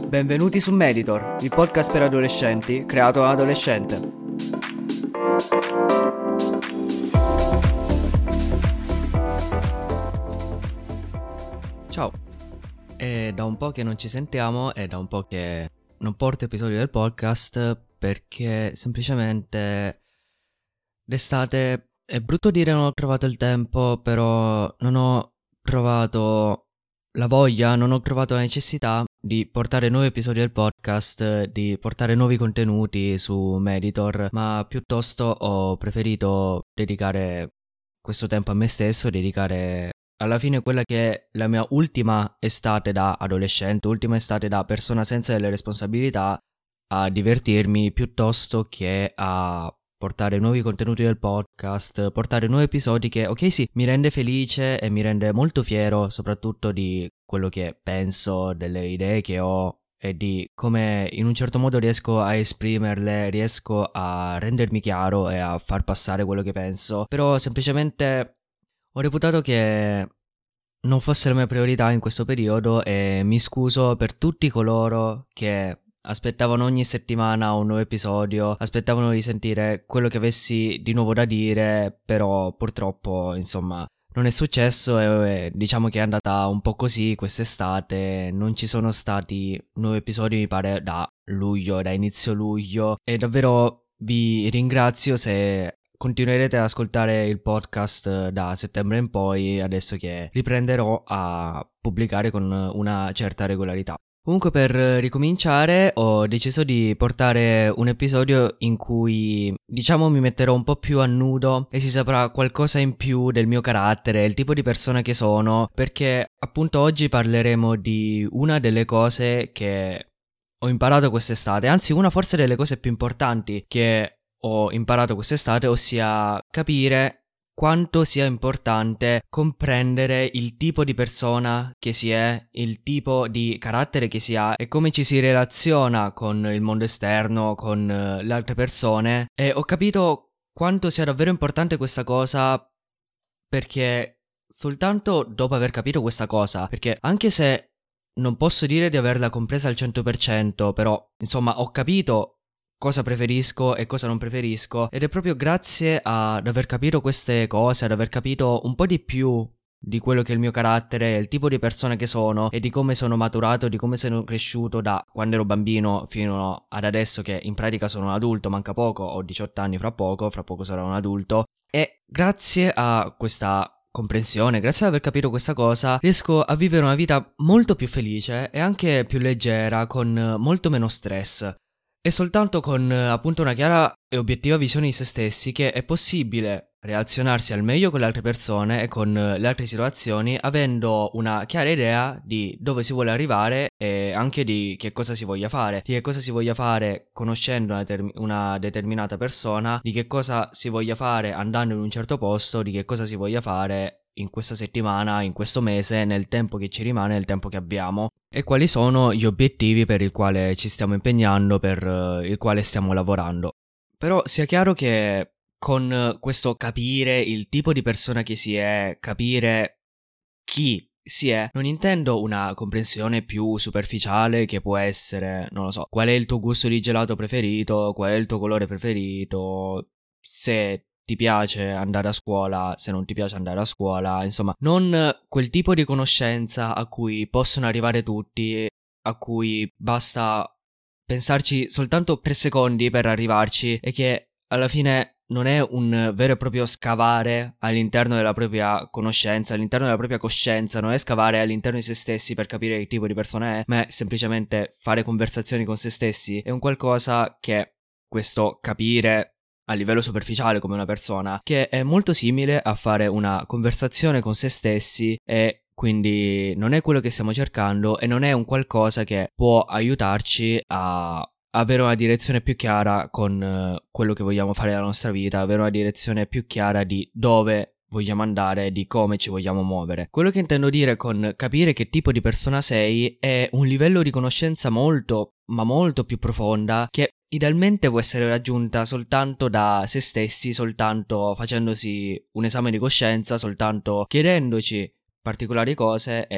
Benvenuti su Meditor, il podcast per adolescenti creato da un adolescente. Ciao, è da un po' che non ci sentiamo, è da un po' che non porto episodi del podcast perché semplicemente d'estate è brutto dire non ho trovato il tempo, però non ho trovato la voglia, non ho trovato la necessità di portare nuovi episodi del podcast, di portare nuovi contenuti su Meditor, ma piuttosto ho preferito dedicare questo tempo a me stesso, dedicare alla fine quella che è la mia ultima estate da adolescente, ultima estate da persona senza delle responsabilità, a divertirmi piuttosto che a portare nuovi contenuti del podcast, portare nuovi episodi che, ok sì, mi rende felice e mi rende molto fiero soprattutto di quello che penso, delle idee che ho e di come in un certo modo riesco a esprimerle, riesco a rendermi chiaro e a far passare quello che penso. Però semplicemente ho reputato che non fosse la mia priorità in questo periodo e mi scuso per tutti coloro che aspettavano ogni settimana un nuovo episodio, aspettavano di sentire quello che avessi di nuovo da dire, però purtroppo, insomma, non è successo e diciamo che è andata un po' così quest'estate, non ci sono stati nuovi episodi mi pare da luglio, da inizio luglio e davvero vi ringrazio se continuerete ad ascoltare il podcast da settembre in poi, adesso che riprenderò a pubblicare con una certa regolarità. Comunque per ricominciare ho deciso di portare un episodio in cui diciamo mi metterò un po' più a nudo e si saprà qualcosa in più del mio carattere, il tipo di persona che sono, perché appunto oggi parleremo di una delle cose che ho imparato quest'estate, anzi una forse delle cose più importanti che ho imparato quest'estate, ossia capire quanto sia importante comprendere il tipo di persona che si è, il tipo di carattere che si ha e come ci si relaziona con il mondo esterno, con le altre persone. E ho capito quanto sia davvero importante questa cosa perché soltanto dopo aver capito questa cosa, perché anche se non posso dire di averla compresa al 100%, però insomma ho capito cosa preferisco e cosa non preferisco ed è proprio grazie ad aver capito queste cose, ad aver capito un po' di più di quello che è il mio carattere, il tipo di persona che sono e di come sono maturato, di come sono cresciuto da quando ero bambino fino ad adesso che in pratica sono un adulto, manca poco, ho 18 anni fra poco sarò un adulto e grazie a questa comprensione, grazie ad aver capito questa cosa, riesco a vivere una vita molto più felice e anche più leggera, con molto meno stress. E soltanto con appunto una chiara e obiettiva visione di se stessi che è possibile relazionarsi al meglio con le altre persone e con le altre situazioni avendo una chiara idea di dove si vuole arrivare e anche di che cosa si voglia fare, di che cosa si voglia fare conoscendo una determinata persona, di che cosa si voglia fare andando in un certo posto, di che cosa si voglia fare in questa settimana, in questo mese, nel tempo che ci rimane, nel tempo che abbiamo e quali sono gli obiettivi per il quale ci stiamo impegnando, per il quale stiamo lavorando. Però sia chiaro che con questo capire il tipo di persona che si è, capire chi si è, non intendo una comprensione più superficiale che può essere, non lo so, qual è il tuo gusto di gelato preferito, qual è il tuo colore preferito, se ti piace andare a scuola, se non ti piace andare a scuola, insomma, non quel tipo di conoscenza a cui possono arrivare tutti, a cui basta pensarci soltanto 3 secondi per arrivarci e che alla fine non è un vero e proprio scavare all'interno della propria conoscenza, all'interno della propria coscienza, non è scavare all'interno di se stessi per capire che tipo di persona è, ma è semplicemente fare conversazioni con se stessi. È un qualcosa che questo capire a livello superficiale come una persona, che è molto simile a fare una conversazione con se stessi e quindi non è quello che stiamo cercando e non è un qualcosa che può aiutarci a avere una direzione più chiara con quello che vogliamo fare nella nostra vita, avere una direzione più chiara di dove vogliamo andare, di come ci vogliamo muovere. Quello che intendo dire con capire che tipo di persona sei è un livello di conoscenza molto, ma molto più profonda che idealmente può essere raggiunta soltanto da se stessi, soltanto facendosi un esame di coscienza, soltanto chiedendoci particolari cose e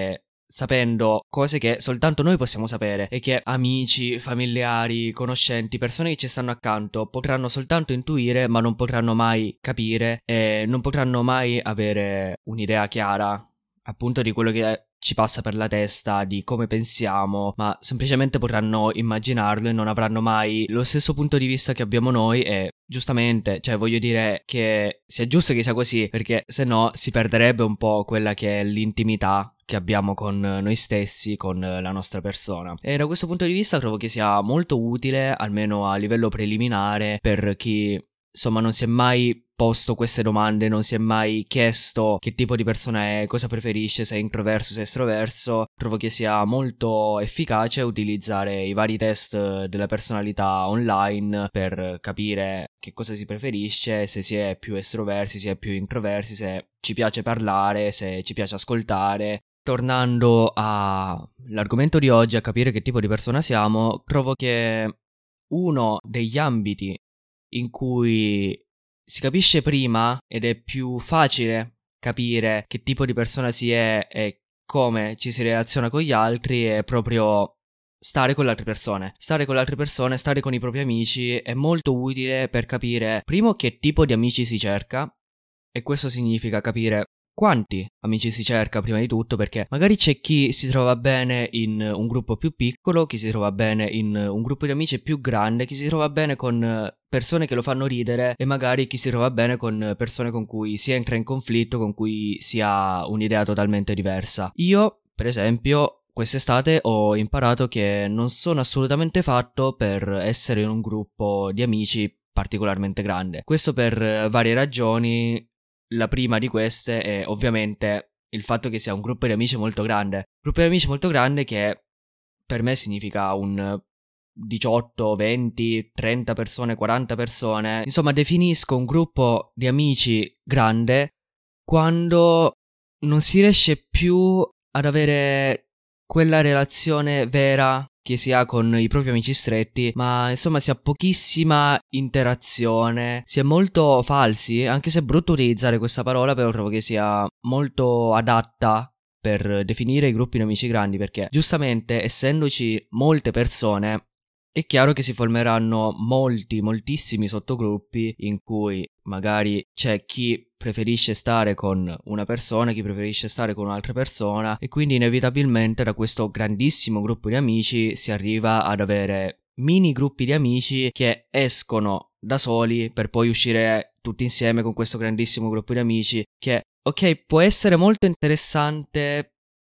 sapendo cose che soltanto noi possiamo sapere e che amici, familiari, conoscenti, persone che ci stanno accanto potranno soltanto intuire, ma non potranno mai capire e non potranno mai avere un'idea chiara appunto di quello che ci passa per la testa, di come pensiamo, ma semplicemente potranno immaginarlo e non avranno mai lo stesso punto di vista che abbiamo noi. E giustamente, cioè voglio dire che sia giusto che sia così, perché se no si perderebbe un po' quella che è l'intimità che abbiamo con noi stessi, con la nostra persona. E da questo punto di vista trovo che sia molto utile, almeno a livello preliminare, per chi insomma non si è mai posto queste domande, non si è mai chiesto che tipo di persona è, cosa preferisce, se è introverso, se è estroverso. Trovo che sia molto efficace utilizzare i vari test della personalità online per capire che cosa si preferisce, se si è più estroversi, se si è più introversi, se ci piace parlare, se ci piace ascoltare. Tornando all'argomento di oggi, a capire che tipo di persona siamo, trovo che uno degli ambiti in cui si capisce prima ed è più facile capire che tipo di persona si è e come ci si relaziona con gli altri è proprio stare con le altre persone. Stare con le altre persone, stare con i propri amici è molto utile per capire, primo, che tipo di amici si cerca, e questo significa capire quanti amici si cerca prima di tutto, perché magari c'è chi si trova bene in un gruppo più piccolo, chi si trova bene in un gruppo di amici più grande, chi si trova bene con persone che lo fanno ridere e magari chi si trova bene con persone con cui si entra in conflitto, con cui si ha un'idea totalmente diversa. Io, per esempio, quest'estate ho imparato che non sono assolutamente fatto per essere in un gruppo di amici particolarmente grande. Questo per varie ragioni. La prima di queste è ovviamente il fatto che sia un gruppo di amici molto grande. Un gruppo di amici molto grande che per me significa un 18, 20, 30 persone, 40 persone. Insomma, definisco un gruppo di amici grande quando non si riesce più ad avere quella relazione vera che si ha con i propri amici stretti, ma insomma si ha pochissima interazione, si è molto falsi, anche se è brutto utilizzare questa parola, però trovo che sia molto adatta per definire i gruppi di amici grandi, perché giustamente essendoci molte persone è chiaro che si formeranno moltissimi sottogruppi in cui magari c'è chi preferisce stare con una persona, chi preferisce stare con un'altra persona, e quindi inevitabilmente da questo grandissimo gruppo di amici si arriva ad avere mini gruppi di amici che escono da soli per poi uscire tutti insieme con questo grandissimo gruppo di amici che, ok, può essere molto interessante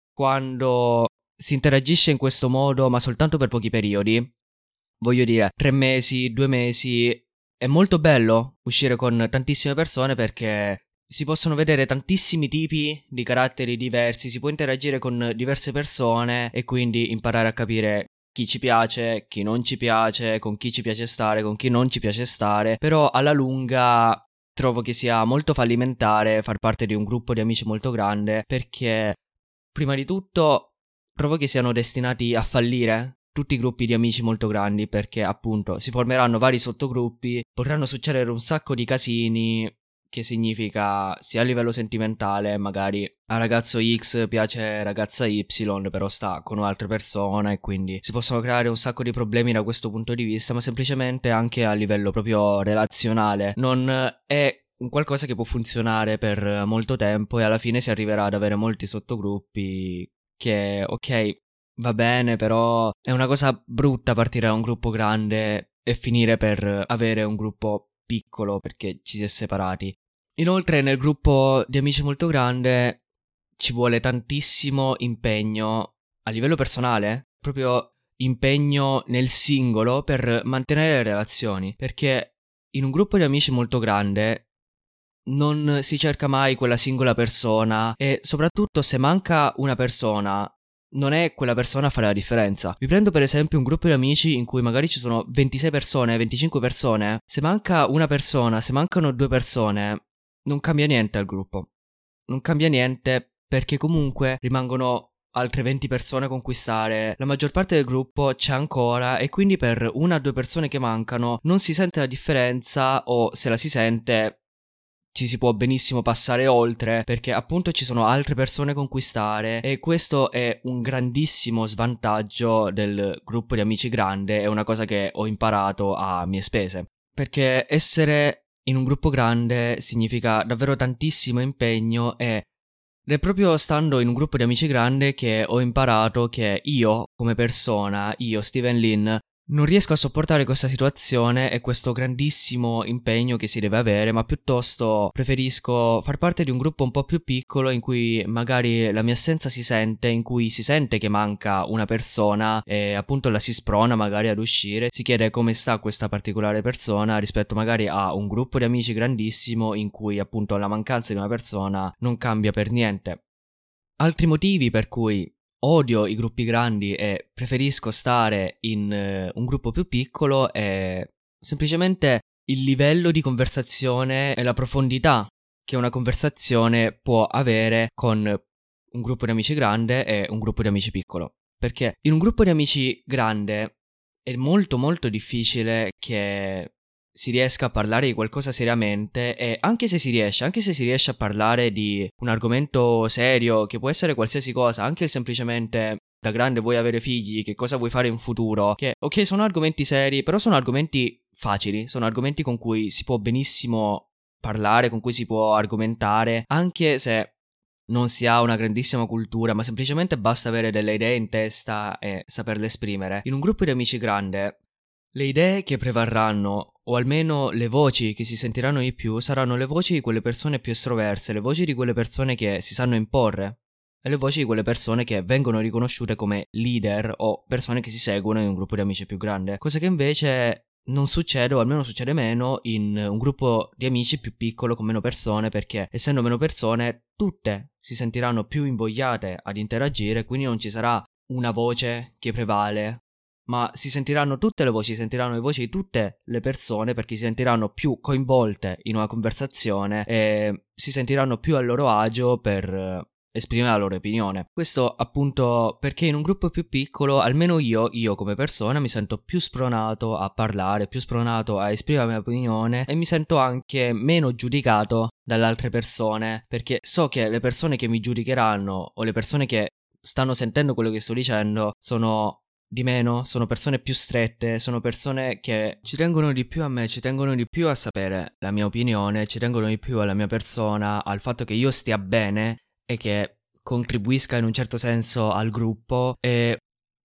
quando si interagisce in questo modo, ma soltanto per pochi periodi. Voglio dire, 3 mesi, 2 mesi, è molto bello uscire con tantissime persone perché si possono vedere tantissimi tipi di caratteri diversi, si può interagire con diverse persone e quindi imparare a capire chi ci piace, chi non ci piace, con chi ci piace stare, con chi non ci piace stare. Però alla lunga trovo che sia molto fallimentare far parte di un gruppo di amici molto grande, perché prima di tutto trovo che siano destinati a fallire tutti i gruppi di amici molto grandi, perché appunto si formeranno vari sottogruppi, potranno succedere un sacco di casini, che significa sia a livello sentimentale, magari a ragazzo X piace ragazza Y, però sta con un'altra persona e quindi si possono creare un sacco di problemi da questo punto di vista, ma semplicemente anche a livello proprio relazionale. Non è un qualcosa che può funzionare per molto tempo e alla fine si arriverà ad avere molti sottogruppi che, ok, va bene, però è una cosa brutta partire da un gruppo grande e finire per avere un gruppo piccolo perché ci si è separati. Inoltre nel gruppo di amici molto grande ci vuole tantissimo impegno a livello personale, proprio impegno nel singolo per mantenere le relazioni, perché in un gruppo di amici molto grande non si cerca mai quella singola persona e soprattutto se manca una persona non è quella persona a fare la differenza. Vi prendo per esempio un gruppo di amici in cui magari ci sono 26 persone, 25 persone. Se manca una persona, se mancano 2 persone, non cambia niente al gruppo. Non cambia niente perché comunque rimangono altre 20 persone con cui stare. La maggior parte del gruppo c'è ancora e quindi per 1 o 2 persone che mancano non si sente la differenza, o se la si sente ci si può benissimo passare oltre, perché appunto ci sono altre persone con cui stare, e questo è un grandissimo svantaggio del gruppo di amici grande, è una cosa che ho imparato a mie spese, perché essere in un gruppo grande significa davvero tantissimo impegno, ed è proprio stando in un gruppo di amici grande che ho imparato che io, come persona, io, Steven Lin, non riesco a sopportare questa situazione e questo grandissimo impegno che si deve avere, ma piuttosto preferisco far parte di un gruppo un po' più piccolo in cui magari la mia assenza si sente, in cui si sente che manca una persona e appunto la si sprona magari ad uscire, si chiede come sta questa particolare persona rispetto magari a un gruppo di amici grandissimo in cui appunto la mancanza di una persona non cambia per niente. Altri motivi per cui odio i gruppi grandi e preferisco stare in un gruppo più piccolo è semplicemente il livello di conversazione e la profondità che una conversazione può avere con un gruppo di amici grande e un gruppo di amici piccolo. Perché in un gruppo di amici grande è molto molto difficile che si riesca a parlare di qualcosa seriamente, e anche se si riesce a parlare di un argomento serio, che può essere qualsiasi cosa, anche semplicemente da grande vuoi avere figli, che cosa vuoi fare in futuro, che ok sono argomenti seri, però sono argomenti facili, sono argomenti con cui si può benissimo parlare, con cui si può argomentare, anche se non si ha una grandissima cultura, ma semplicemente basta avere delle idee in testa e saperle esprimere. In un gruppo di amici grande le idee che prevarranno, o almeno le voci che si sentiranno di più, saranno le voci di quelle persone più estroverse, le voci di quelle persone che si sanno imporre, e le voci di quelle persone che vengono riconosciute come leader o persone che si seguono in un gruppo di amici più grande, cosa che invece non succede, o almeno succede meno, in un gruppo di amici più piccolo con meno persone, perché essendo meno persone tutte si sentiranno più invogliate ad interagire, quindi non ci sarà una voce che prevale, ma si sentiranno tutte le voci, si sentiranno le voci di tutte le persone, perché si sentiranno più coinvolte in una conversazione e si sentiranno più a loro agio per esprimere la loro opinione. Questo appunto perché in un gruppo più piccolo, almeno io come persona, mi sento più spronato a parlare, più spronato a esprimere la mia opinione, e mi sento anche meno giudicato dalle altre persone, perché so che le persone che mi giudicheranno o le persone che stanno sentendo quello che sto dicendo sono di meno, sono persone più strette, sono persone che ci tengono di più a me, ci tengono di più a sapere la mia opinione, ci tengono di più alla mia persona, al fatto che io stia bene e che contribuisca in un certo senso al gruppo. E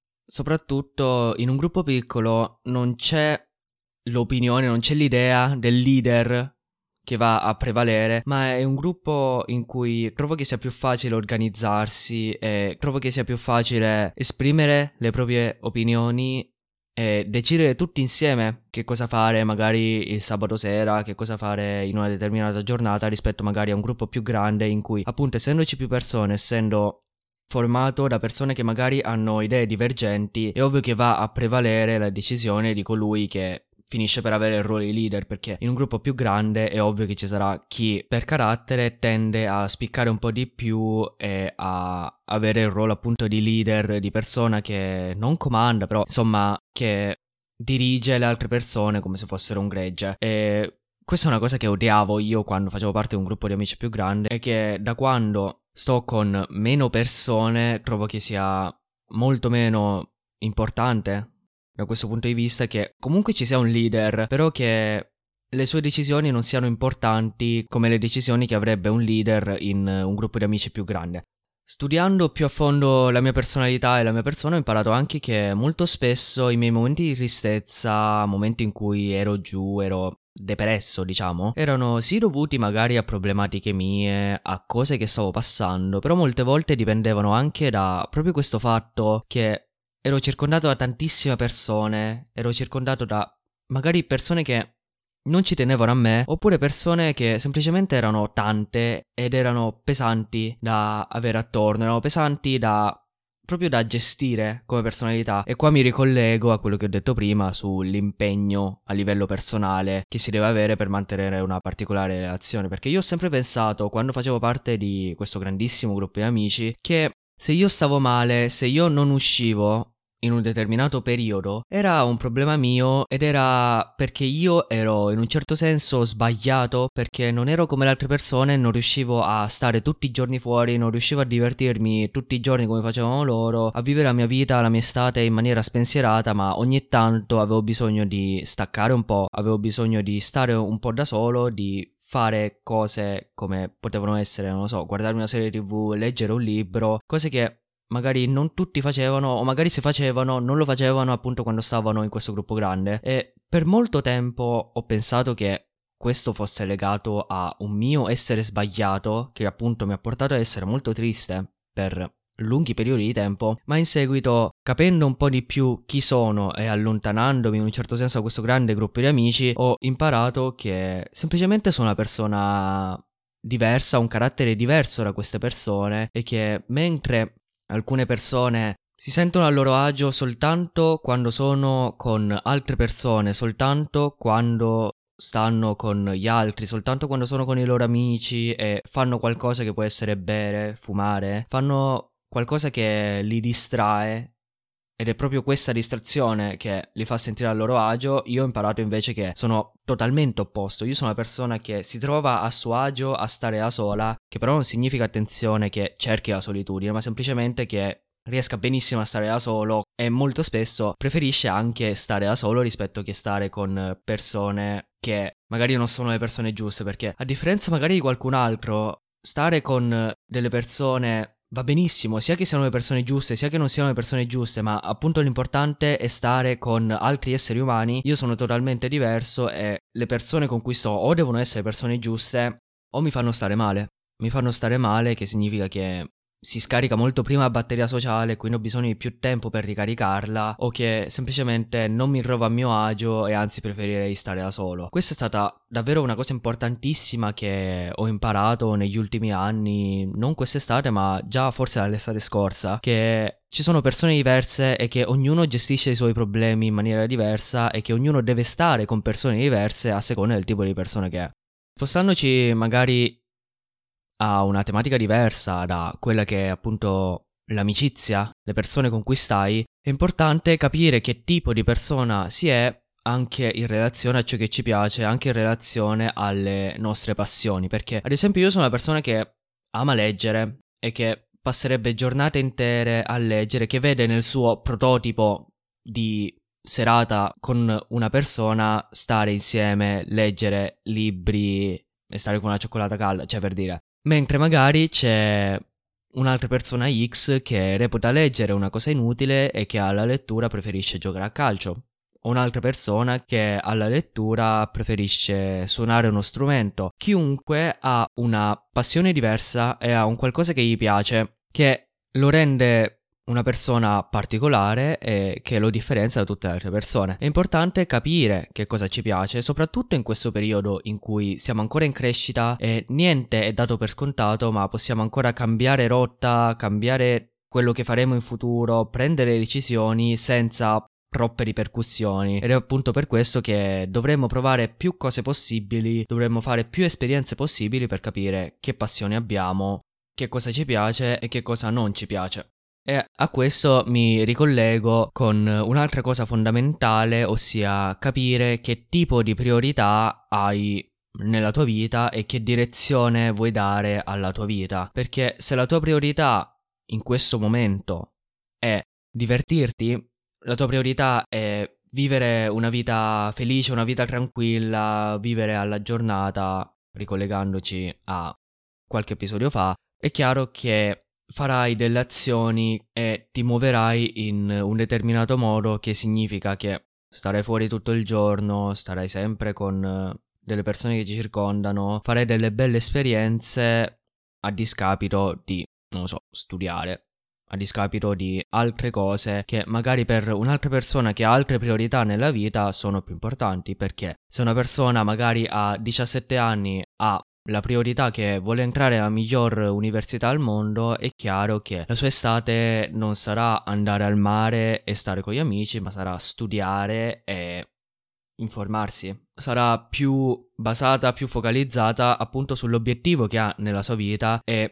soprattutto in un gruppo piccolo non c'è l'opinione, non c'è l'idea del leader che va a prevalere, ma è un gruppo in cui trovo che sia più facile organizzarsi e trovo che sia più facile esprimere le proprie opinioni e decidere tutti insieme che cosa fare magari il sabato sera, che cosa fare in una determinata giornata, rispetto magari a un gruppo più grande in cui appunto essendoci più persone, essendo formato da persone che magari hanno idee divergenti, è ovvio che va a prevalere la decisione di colui che finisce per avere il ruolo di leader, perché in un gruppo più grande è ovvio che ci sarà chi per carattere tende a spiccare un po' di più e a avere il ruolo appunto di leader, di persona che non comanda, però insomma che dirige le altre persone come se fossero un gregge. E questa è una cosa che odiavo io quando facevo parte di un gruppo di amici più grande, e che da quando sto con meno persone trovo che sia molto meno importante da questo punto di vista, che comunque ci sia un leader, però che le sue decisioni non siano importanti come le decisioni che avrebbe un leader in un gruppo di amici più grande. Studiando più a fondo la mia personalità e la mia persona ho imparato anche che molto spesso i miei momenti di tristezza, momenti in cui ero giù, ero depresso diciamo, erano sì dovuti magari a problematiche mie, a cose che stavo passando, però molte volte dipendevano anche da proprio questo fatto che ero circondato da tantissime persone, ero circondato da magari persone che non ci tenevano a me, oppure persone che semplicemente erano tante ed erano pesanti da avere attorno, erano pesanti proprio da gestire come personalità. E qua mi ricollego a quello che ho detto prima sull'impegno a livello personale che si deve avere per mantenere una particolare relazione, perché io ho sempre pensato, quando facevo parte di questo grandissimo gruppo di amici, che se io stavo male, se io non uscivo in un determinato periodo era un problema mio ed era perché io ero in un certo senso sbagliato, perché non ero come le altre persone, non riuscivo a stare tutti i giorni fuori, non riuscivo a divertirmi tutti i giorni come facevano loro, a vivere la mia vita, la mia estate in maniera spensierata, ma ogni tanto avevo bisogno di staccare un po', avevo bisogno di stare un po' da solo, di fare cose come potevano essere, non lo so, guardare una serie TV, leggere un libro, cose che magari non tutti facevano, o magari se facevano non lo facevano appunto quando stavano in questo gruppo grande. E per molto tempo ho pensato che questo fosse legato a un mio essere sbagliato, che appunto mi ha portato a essere molto triste per lunghi periodi di tempo, ma in seguito, capendo un po' di più chi sono e allontanandomi in un certo senso da questo grande gruppo di amici, ho imparato che semplicemente sono una persona diversa, un carattere diverso da queste persone, e che mentre alcune persone si sentono a loro agio soltanto quando sono con altre persone, soltanto quando stanno con gli altri, soltanto quando sono con i loro amici e fanno qualcosa che può essere bere, fumare, fanno qualcosa che li distrae, ed è proprio questa distrazione che li fa sentire a loro agio. Io ho imparato invece che sono totalmente opposto. Io sono una persona che si trova a suo agio a stare da sola, che però non significa, attenzione, che cerchi la solitudine, ma semplicemente che riesca benissimo a stare da solo, e molto spesso preferisce anche stare da solo rispetto che stare con persone che magari non sono le persone giuste, perché a differenza magari di qualcun altro, stare con delle persone va benissimo, sia che siano le persone giuste, sia che non siano le persone giuste, ma appunto l'importante è stare con altri esseri umani. Io sono totalmente diverso e le persone con cui sto o devono essere persone giuste o mi fanno stare male. Mi fanno stare male, che significa che si scarica molto prima la batteria sociale, quindi ho bisogno di più tempo per ricaricarla, o che semplicemente non mi trovo a mio agio e anzi preferirei stare da solo. Questa è stata davvero una cosa importantissima che ho imparato negli ultimi anni, non quest'estate ma già forse dall'estate scorsa, che ci sono persone diverse e che ognuno gestisce i suoi problemi in maniera diversa e che ognuno deve stare con persone diverse a seconda del tipo di persone che è. Spostandoci magari ha una tematica diversa da quella che è appunto l'amicizia, le persone con cui stai, è importante capire che tipo di persona si è anche in relazione a ciò che ci piace, anche in relazione alle nostre passioni, perché ad esempio io sono una persona che ama leggere e che passerebbe giornate intere a leggere, che vede nel suo prototipo di serata con una persona stare insieme, leggere libri e stare con una cioccolata calda, cioè per dire. Mentre magari c'è un'altra persona X che reputa leggere una cosa inutile e che alla lettura preferisce giocare a calcio. O un'altra persona che alla lettura preferisce suonare uno strumento. Chiunque ha una passione diversa e ha un qualcosa che gli piace, che lo rende una persona particolare e che lo differenzia da tutte le altre persone. È importante capire che cosa ci piace, soprattutto in questo periodo in cui siamo ancora in crescita e niente è dato per scontato, ma possiamo ancora cambiare rotta, cambiare quello che faremo in futuro, prendere decisioni senza troppe ripercussioni, ed è appunto per questo che dovremmo provare più cose possibili, dovremmo fare più esperienze possibili per capire che passioni abbiamo, che cosa ci piace e che cosa non ci piace. E a questo mi ricollego con un'altra cosa fondamentale, ossia capire che tipo di priorità hai nella tua vita e che direzione vuoi dare alla tua vita. Perché se la tua priorità in questo momento è divertirti, la tua priorità è vivere una vita felice, una vita tranquilla, vivere alla giornata, ricollegandoci a qualche episodio fa, è chiaro che farai delle azioni e ti muoverai in un determinato modo, che significa che starai fuori tutto il giorno, starai sempre con delle persone che ti circondano, farai delle belle esperienze a discapito di, non lo so, studiare, a discapito di altre cose che magari per un'altra persona che ha altre priorità nella vita sono più importanti. Perché se una persona magari a 17 anni ha la priorità che vuole entrare alla miglior università al mondo, è chiaro che la sua estate non sarà andare al mare e stare con gli amici, ma sarà studiare e informarsi. Sarà più basata, più focalizzata appunto sull'obiettivo che ha nella sua vita, e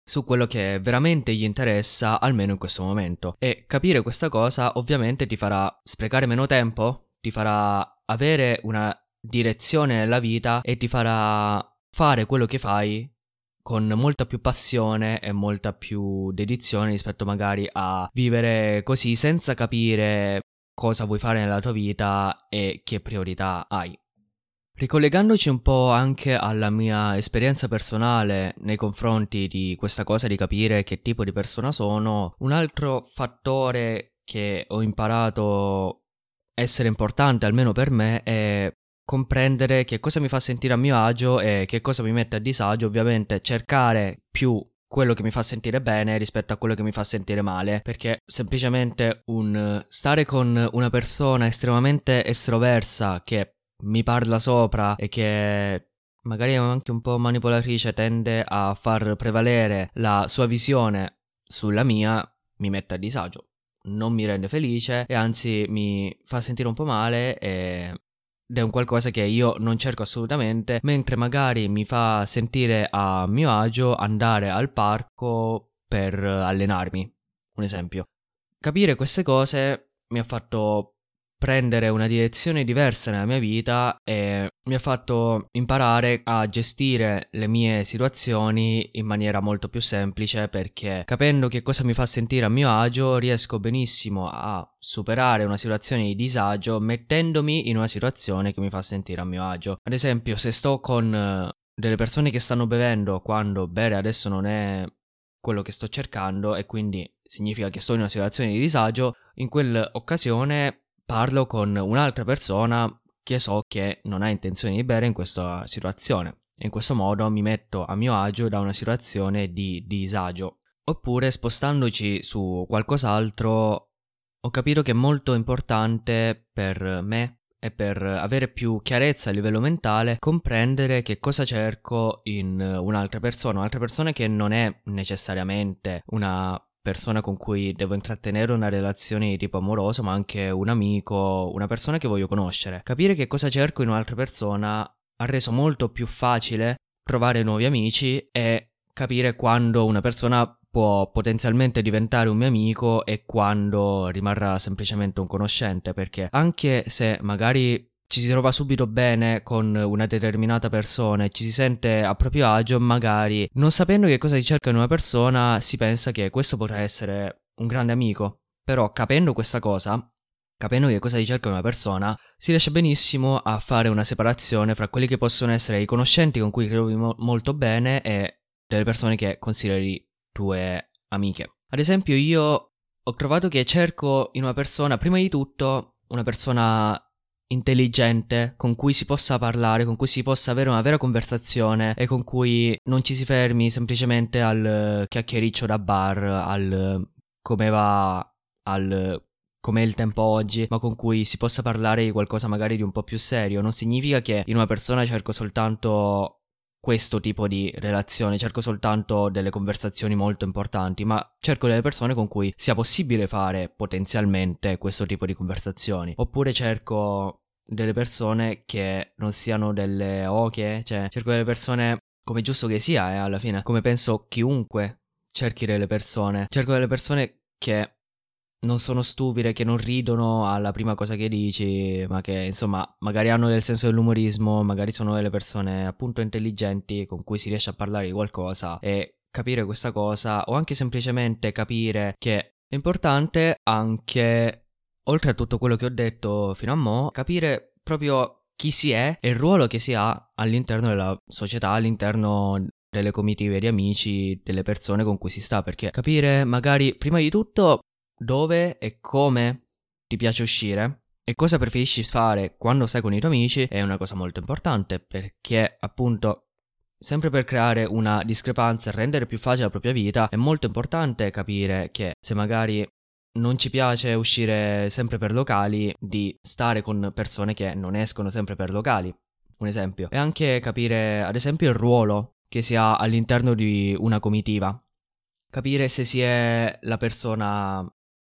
su quello che veramente gli interessa, almeno in questo momento. E capire questa cosa ovviamente ti farà sprecare meno tempo, ti farà avere una direzione nella vita e ti farà fare quello che fai con molta più passione e molta più dedizione rispetto magari a vivere così senza capire cosa vuoi fare nella tua vita e che priorità hai. Ricollegandoci un po' anche alla mia esperienza personale nei confronti di questa cosa di capire che tipo di persona sono, un altro fattore che ho imparato essere importante almeno per me è comprendere che cosa mi fa sentire a mio agio e che cosa mi mette a disagio, ovviamente cercare più quello che mi fa sentire bene rispetto a quello che mi fa sentire male, perché semplicemente un stare con una persona estremamente estroversa che mi parla sopra e che magari è anche un po' manipolatrice, tende a far prevalere la sua visione sulla mia, mi mette a disagio, non mi rende felice e anzi mi fa sentire un po' male ed è un qualcosa che io non cerco assolutamente, mentre magari mi fa sentire a mio agio andare al parco per allenarmi, un esempio. Capire queste cose mi ha fatto prendere una direzione diversa nella mia vita e mi ha fatto imparare a gestire le mie situazioni in maniera molto più semplice, perché capendo che cosa mi fa sentire a mio agio riesco benissimo a superare una situazione di disagio mettendomi in una situazione che mi fa sentire a mio agio. Ad esempio, se sto con delle persone che stanno bevendo quando bere adesso non è quello che sto cercando e quindi significa che sto in una situazione di disagio, in quell'occasione parlo con un'altra persona che so che non ha intenzione di bere in questa situazione. In questo modo mi metto a mio agio da una situazione di disagio. Oppure, spostandoci su qualcos'altro, ho capito che è molto importante per me e per avere più chiarezza a livello mentale comprendere che cosa cerco in un'altra persona che non è necessariamente una persona con cui devo intrattenere una relazione di tipo amoroso, ma anche un amico, una persona che voglio conoscere. Capire che cosa cerco in un'altra persona ha reso molto più facile trovare nuovi amici e capire quando una persona può potenzialmente diventare un mio amico e quando rimarrà semplicemente un conoscente, perché anche se magari ci si trova subito bene con una determinata persona e ci si sente a proprio agio, magari non sapendo che cosa si cerca in una persona si pensa che questo potrà essere un grande amico. Però capendo questa cosa, capendo che cosa si cerca in una persona, si riesce benissimo a fare una separazione fra quelli che possono essere i conoscenti con cui trovi molto bene e delle persone che consideri tue amiche. Ad esempio, io ho trovato che cerco in una persona, prima di tutto, una persona intelligente, con cui si possa parlare, con cui si possa avere una vera conversazione e con cui non ci si fermi semplicemente al chiacchiericcio da bar, al come va, al com'è il tempo oggi, ma con cui si possa parlare di qualcosa magari di un po' più serio. Non significa che in una persona cerco soltanto questo tipo di relazione, cerco soltanto delle conversazioni molto importanti, ma cerco delle persone con cui sia possibile fare potenzialmente questo tipo di conversazioni. Oppure cerco delle persone che non siano delle oche, cioè cerco delle persone come giusto che sia, alla fine, come penso chiunque cerchi delle persone. Cerco delle persone che non sono stupide, che non ridono alla prima cosa che dici, ma che insomma magari hanno del senso dell'umorismo, magari sono delle persone appunto intelligenti con cui si riesce a parlare di qualcosa e capire questa cosa, o anche semplicemente capire che è importante anche, oltre a tutto quello che ho detto fino a mo', capire proprio chi si è e il ruolo che si ha all'interno della società, all'interno delle comitive di amici, delle persone con cui si sta, perché capire magari prima di tutto dove e come ti piace uscire e cosa preferisci fare quando stai con i tuoi amici è una cosa molto importante, perché appunto sempre per creare una discrepanza e rendere più facile la propria vita è molto importante capire che se magari non ci piace uscire sempre per locali, di stare con persone che non escono sempre per locali, un esempio. E anche capire ad esempio il ruolo che si ha all'interno di una comitiva, capire se si è la persona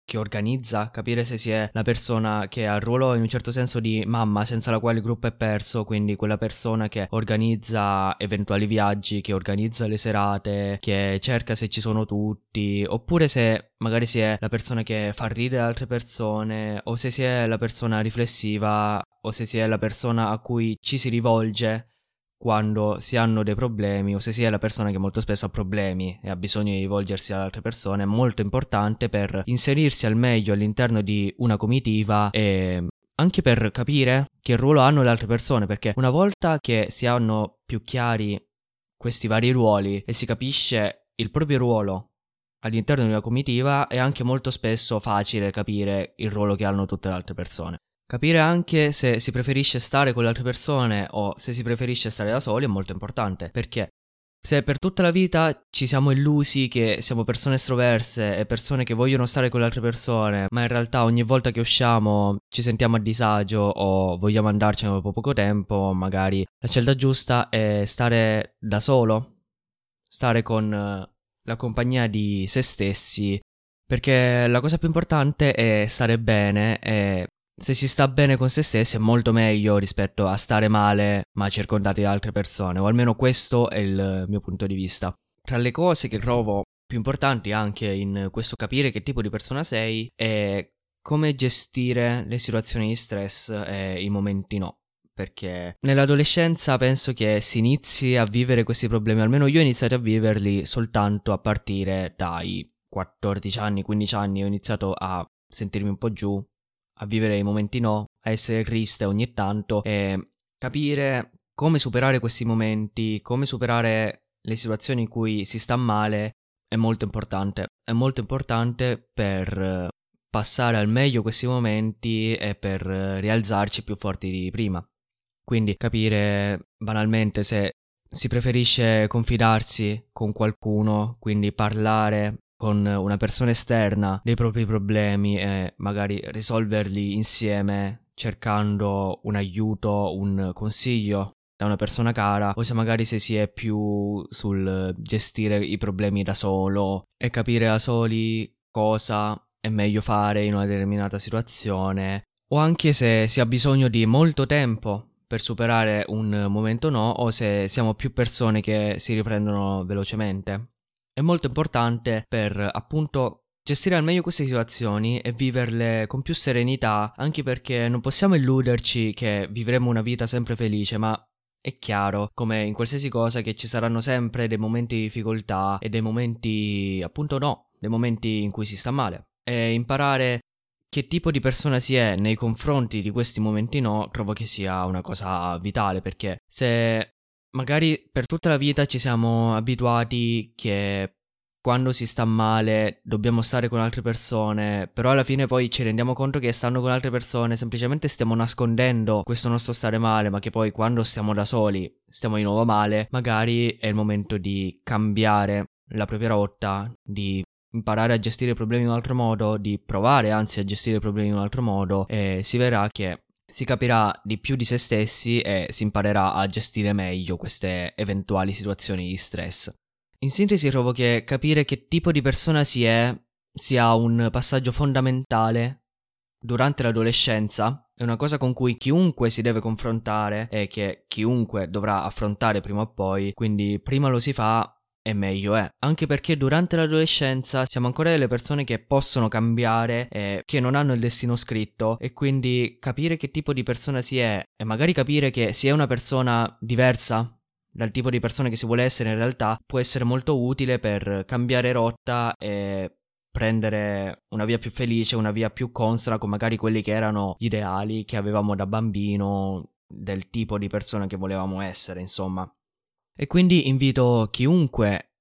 che organizza, capire se si è la persona che ha il ruolo in un certo senso di mamma senza la quale il gruppo è perso, quindi quella persona che organizza eventuali viaggi, che organizza le serate, che cerca se ci sono tutti, oppure se magari si è la persona che fa ridere altre persone, o se si è la persona riflessiva, o se si è la persona a cui ci si rivolge quando si hanno dei problemi, o se si è la persona che molto spesso ha problemi e ha bisogno di rivolgersi ad altre persone. È molto importante per inserirsi al meglio all'interno di una comitiva e anche per capire che ruolo hanno le altre persone, perché una volta che si hanno più chiari questi vari ruoli e si capisce il proprio ruolo all'interno di una comitiva, è anche molto spesso facile capire il ruolo che hanno tutte le altre persone. Capire anche se si preferisce stare con le altre persone o se si preferisce stare da soli è molto importante, perché se per tutta la vita ci siamo illusi che siamo persone estroverse e persone che vogliono stare con le altre persone, ma in realtà ogni volta che usciamo ci sentiamo a disagio o vogliamo andarcene dopo poco tempo, magari la scelta giusta è stare da solo, stare con la compagnia di se stessi, perché la cosa più importante è stare bene e se si sta bene con se stessi è molto meglio rispetto a stare male ma circondati da altre persone, o almeno questo è il mio punto di vista. Tra le cose che trovo più importanti anche in questo capire che tipo di persona sei è come gestire le situazioni di stress e i momenti no. Perché nell'adolescenza penso che si inizi a vivere questi problemi, almeno io ho iniziato a viverli soltanto a partire dai 14 anni, 15 anni, ho iniziato a sentirmi un po' giù, a vivere i momenti no, a essere triste ogni tanto e capire come superare questi momenti, come superare le situazioni in cui si sta male è molto importante. È molto importante per passare al meglio questi momenti e per rialzarci più forti di prima. Quindi capire banalmente se si preferisce confidarsi con qualcuno, quindi parlare con una persona esterna dei propri problemi e magari risolverli insieme cercando un aiuto, un consiglio da una persona cara, o se magari se si è più sul gestire i problemi da solo e capire da soli cosa è meglio fare in una determinata situazione, o anche se si ha bisogno di molto tempo per superare un momento no, o se siamo più persone che si riprendono velocemente. È molto importante per appunto gestire al meglio queste situazioni e viverle con più serenità, anche perché non possiamo illuderci che vivremo una vita sempre felice, ma è chiaro, come in qualsiasi cosa, che ci saranno sempre dei momenti di difficoltà e dei momenti appunto no, dei momenti in cui si sta male. E imparare che tipo di persona si è nei confronti di questi momenti no, trovo che sia una cosa vitale, perché se magari per tutta la vita ci siamo abituati che quando si sta male dobbiamo stare con altre persone, però alla fine poi ci rendiamo conto che stando con altre persone semplicemente stiamo nascondendo questo nostro stare male, ma che poi quando stiamo da soli stiamo di nuovo male, magari è il momento di cambiare la propria rotta, di imparare a gestire i problemi in un altro modo, di provare anzi a gestire i problemi in un altro modo, e si verrà che si capirà di più di se stessi e si imparerà a gestire meglio queste eventuali situazioni di stress. In sintesi trovo che capire che tipo di persona si è sia un passaggio fondamentale durante l'adolescenza, è una cosa con cui chiunque si deve confrontare e che chiunque dovrà affrontare prima o poi, quindi prima lo si fa e meglio è, anche perché durante l'adolescenza siamo ancora delle persone che possono cambiare e che non hanno il destino scritto, e quindi capire che tipo di persona si è e magari capire che si è una persona diversa dal tipo di persone che si vuole essere in realtà può essere molto utile per cambiare rotta e prendere una via più felice, una via più consona con magari quelli che erano gli ideali che avevamo da bambino, del tipo di persona che volevamo essere, insomma. E quindi invito chiunque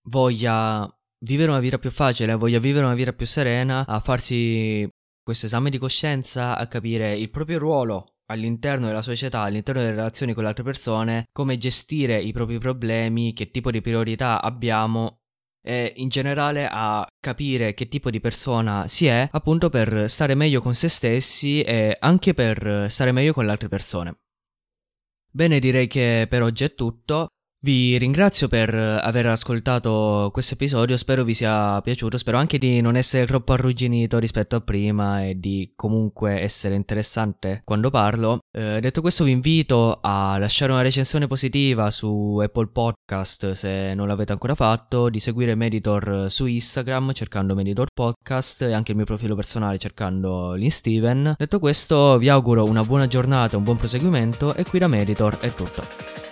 voglia vivere una vita più facile, voglia vivere una vita più serena, a farsi questo esame di coscienza, a capire il proprio ruolo all'interno della società, all'interno delle relazioni con le altre persone, come gestire i propri problemi, che tipo di priorità abbiamo e in generale a capire che tipo di persona si è, appunto per stare meglio con se stessi e anche per stare meglio con le altre persone. Bene, direi che per oggi è tutto. Vi ringrazio per aver ascoltato questo episodio, spero vi sia piaciuto, spero anche di non essere troppo arrugginito rispetto a prima e di comunque essere interessante quando parlo. Detto questo vi invito a lasciare una recensione positiva su Apple Podcast se non l'avete ancora fatto, di seguire Meditor su Instagram cercando Meditor Podcast e anche il mio profilo personale cercando Steven. Detto questo vi auguro una buona giornata, un buon proseguimento e qui da Meditor è tutto.